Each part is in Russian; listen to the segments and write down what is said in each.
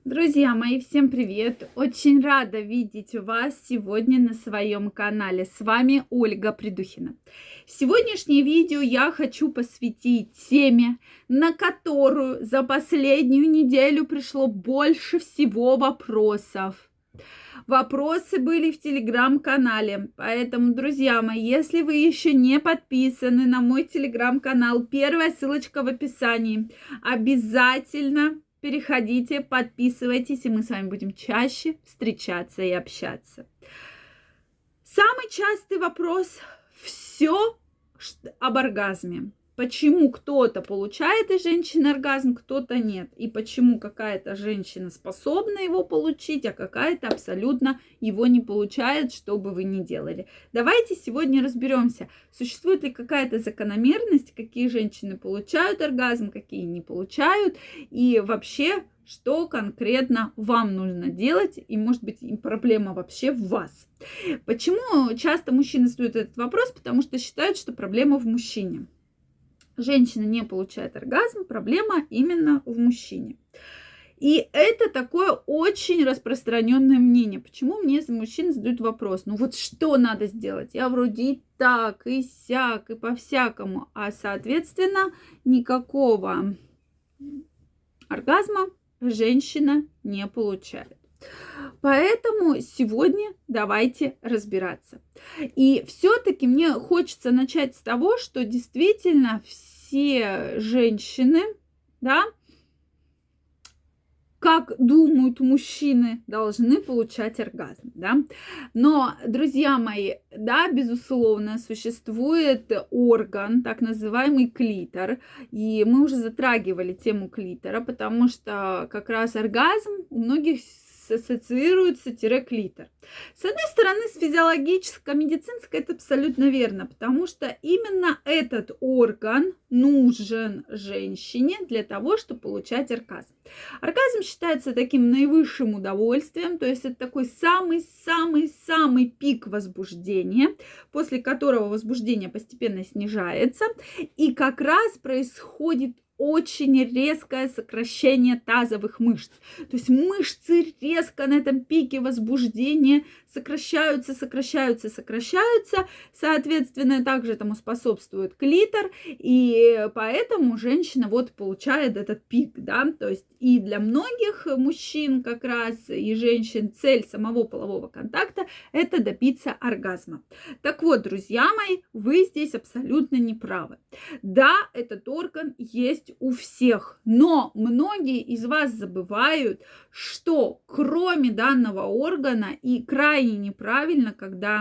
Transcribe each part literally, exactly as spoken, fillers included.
Друзья мои, всем привет! Очень рада видеть вас сегодня на своем канале. С вами Ольга Придухина. Сегодняшнее видео я хочу посвятить теме, на которую за последнюю неделю пришло больше всего вопросов. Вопросы были в телеграм-канале, поэтому, друзья мои, если вы еще не подписаны на мой телеграм-канал, первая ссылочка в описании, обязательно переходите, подписывайтесь, и мы с вами будем чаще встречаться и общаться. Самый частый вопрос – все об оргазме. Почему кто-то получает из женщины оргазм, кто-то нет. И почему какая-то женщина способна его получить, а какая-то абсолютно его не получает, что бы вы ни делали. Давайте сегодня разберемся, существует ли какая-то закономерность, какие женщины получают оргазм, какие не получают. И вообще, что конкретно вам нужно делать. И может быть проблема вообще в вас. Почему часто мужчины задают этот вопрос? Потому что считают, что проблема в мужчине. Женщина не получает оргазм, проблема именно в мужчине. И это такое очень распространенное мнение. Почему мне мужчины задают вопрос? Ну вот что надо сделать? Я вроде и так, и сяк, и по-всякому. А соответственно, никакого оргазма женщина не получает. Поэтому сегодня давайте разбираться. И все-таки мне хочется начать с того, что действительно все женщины, да, как думают мужчины, должны получать оргазм, да. Но, друзья мои, да, безусловно, существует орган, так называемый клитор, и мы уже затрагивали тему клитора, потому что как раз оргазм у многих ассоциируется клитор. С одной стороны, с физиологической, медицинской это абсолютно верно, потому что именно этот орган нужен женщине для того, чтобы получать оргазм. Оргазм считается таким наивысшим удовольствием, то есть это такой самый-самый-самый пик возбуждения, после которого возбуждение постепенно снижается, и как раз происходит очень резкое сокращение тазовых мышц. То есть мышцы резко на этом пике возбуждения сокращаются, сокращаются, сокращаются. Соответственно, также этому способствует клитор. И поэтому женщина вот получает этот пик, да. То есть и для многих мужчин как раз и женщин цель самого полового контакта – это добиться оргазма. Так вот, друзья мои, вы здесь абсолютно не правы. Да, этот орган есть у всех, но многие из вас забывают, что кроме данного органа, и крайне неправильно, когда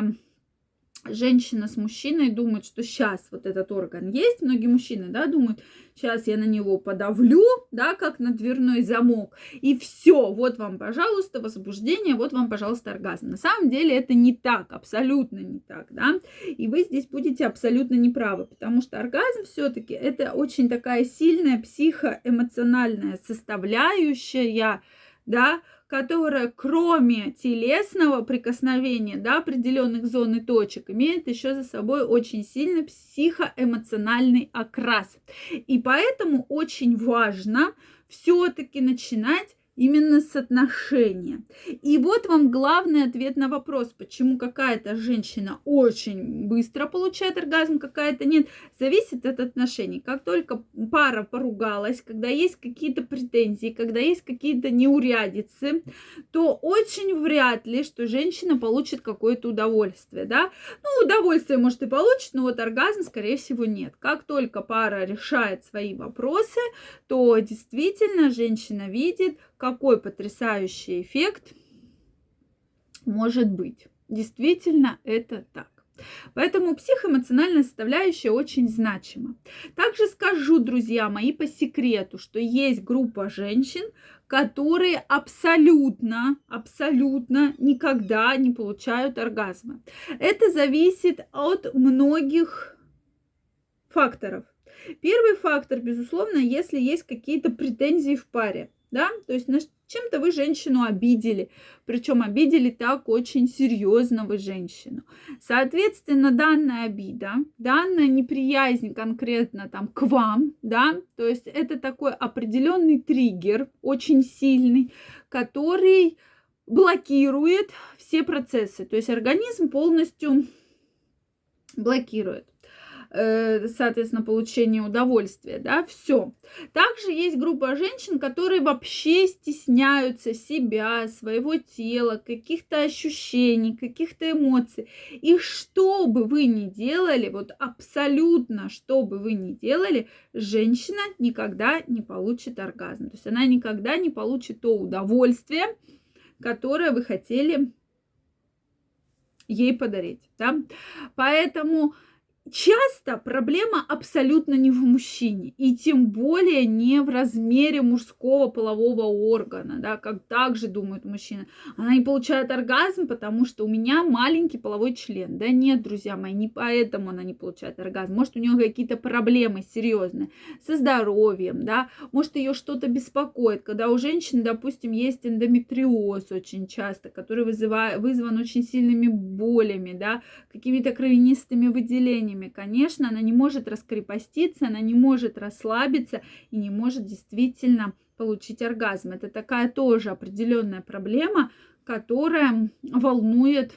женщина с мужчиной думает, что сейчас вот этот орган есть, многие мужчины, да, думают, сейчас я на него подавлю, да, как на дверной замок, и все, вот вам, пожалуйста, возбуждение, вот вам, пожалуйста, оргазм. На самом деле это не так, абсолютно не так, да, и вы здесь будете абсолютно неправы, потому что оргазм все-таки это очень такая сильная психоэмоциональная составляющая, да, которая кроме телесного прикосновения до определенных зон и точек имеет еще за собой очень сильный психоэмоциональный окрас. И поэтому очень важно все-таки начинать именно с отношения. И вот вам главный ответ на вопрос, почему какая-то женщина очень быстро получает оргазм, какая-то нет, зависит от отношений. Как только пара поругалась, когда есть какие-то претензии, когда есть какие-то неурядицы, то очень вряд ли, что женщина получит какое-то удовольствие, да. Ну, удовольствие, может, и получит, но вот оргазм, скорее всего, нет. Как только пара решает свои вопросы, то действительно женщина видит, какой потрясающий эффект может быть. Действительно, это так. Поэтому психоэмоциональная составляющая очень значима. Также скажу, друзья мои, по секрету, что есть группа женщин, которые абсолютно, абсолютно никогда не получают оргазма. Это зависит от многих факторов. Первый фактор, безусловно, если есть какие-то претензии в паре. Да? То есть на чем-то вы женщину обидели, причем обидели так очень серьезно вы женщину. Соответственно, данная обида, данная неприязнь конкретно там к вам, да, то есть это такой определенный триггер, очень сильный, который блокирует все процессы. То есть организм полностью блокирует, соответственно, получение удовольствия, да, все. Также есть группа женщин, которые вообще стесняются себя, своего тела, каких-то ощущений, каких-то эмоций. И что бы вы ни делали, вот абсолютно что бы вы ни делали, женщина никогда не получит оргазм. То есть она никогда не получит то удовольствие, которое вы хотели ей подарить, да. Поэтому часто проблема абсолютно не в мужчине, и тем более не в размере мужского полового органа, да, как также думают мужчины. Она не получает оргазм, потому что у меня маленький половой член. Да нет, друзья мои, не поэтому она не получает оргазм. Может, у нее какие-то проблемы серьезные со здоровьем, да, может, ее что-то беспокоит. Когда у женщины, допустим, есть эндометриоз очень часто, который вызывает, вызван очень сильными болями, да, какими-то кровянистыми выделениями. Конечно, она не может раскрепоститься, она не может расслабиться и не может действительно получить оргазм. Это такая тоже определенная проблема, которая волнует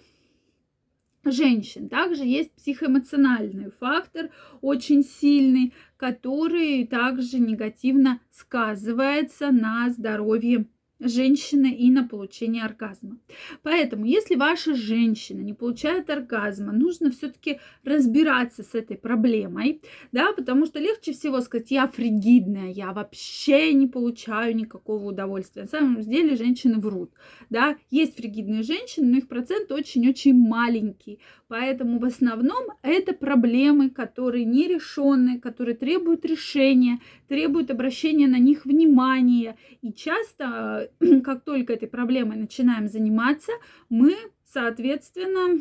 женщин. Также есть психоэмоциональный фактор, очень сильный, который также негативно сказывается на здоровье женщины и на получение оргазма. Поэтому, если ваша женщина не получает оргазма, нужно все-таки разбираться с этой проблемой, да, потому что легче всего сказать: я фригидная, я вообще не получаю никакого удовольствия. На самом деле женщины врут, да, есть фригидные женщины, но их процент очень-очень маленький, поэтому в основном это проблемы, которые нерешенные, которые требуют решения, требуют обращения на них внимания, и часто как только этой проблемой начинаем заниматься, мы, соответственно,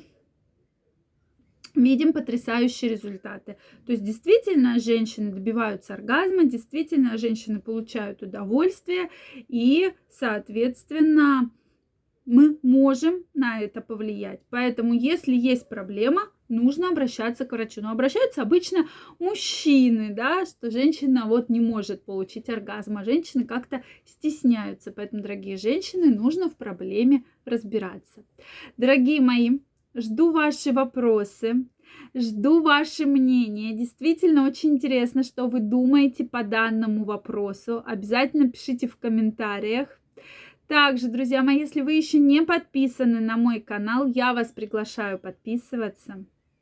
видим потрясающие результаты. То есть действительно женщины добиваются оргазма, действительно женщины получают удовольствие, и, соответственно, мы можем на это повлиять. Поэтому, если есть проблема, нужно обращаться к врачу. Но обращаются обычно мужчины, да, что женщина вот не может получить оргазм, а женщины как-то стесняются. Поэтому, дорогие женщины, нужно в проблеме разбираться. Дорогие мои, жду ваши вопросы, жду ваше мнение. Действительно очень интересно, что вы думаете по данному вопросу. Обязательно пишите в комментариях. Также, друзья мои, если вы еще не подписаны на мой канал, я вас приглашаю подписываться.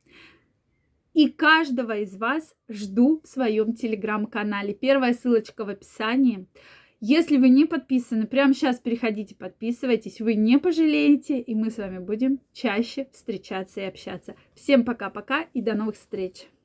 И каждого из вас жду в своем телеграм-канале. Первая ссылочка в описании. Если вы не подписаны, прямо сейчас переходите, подписывайтесь. Вы не пожалеете, и мы с вами будем чаще встречаться и общаться. Всем пока-пока и до новых встреч!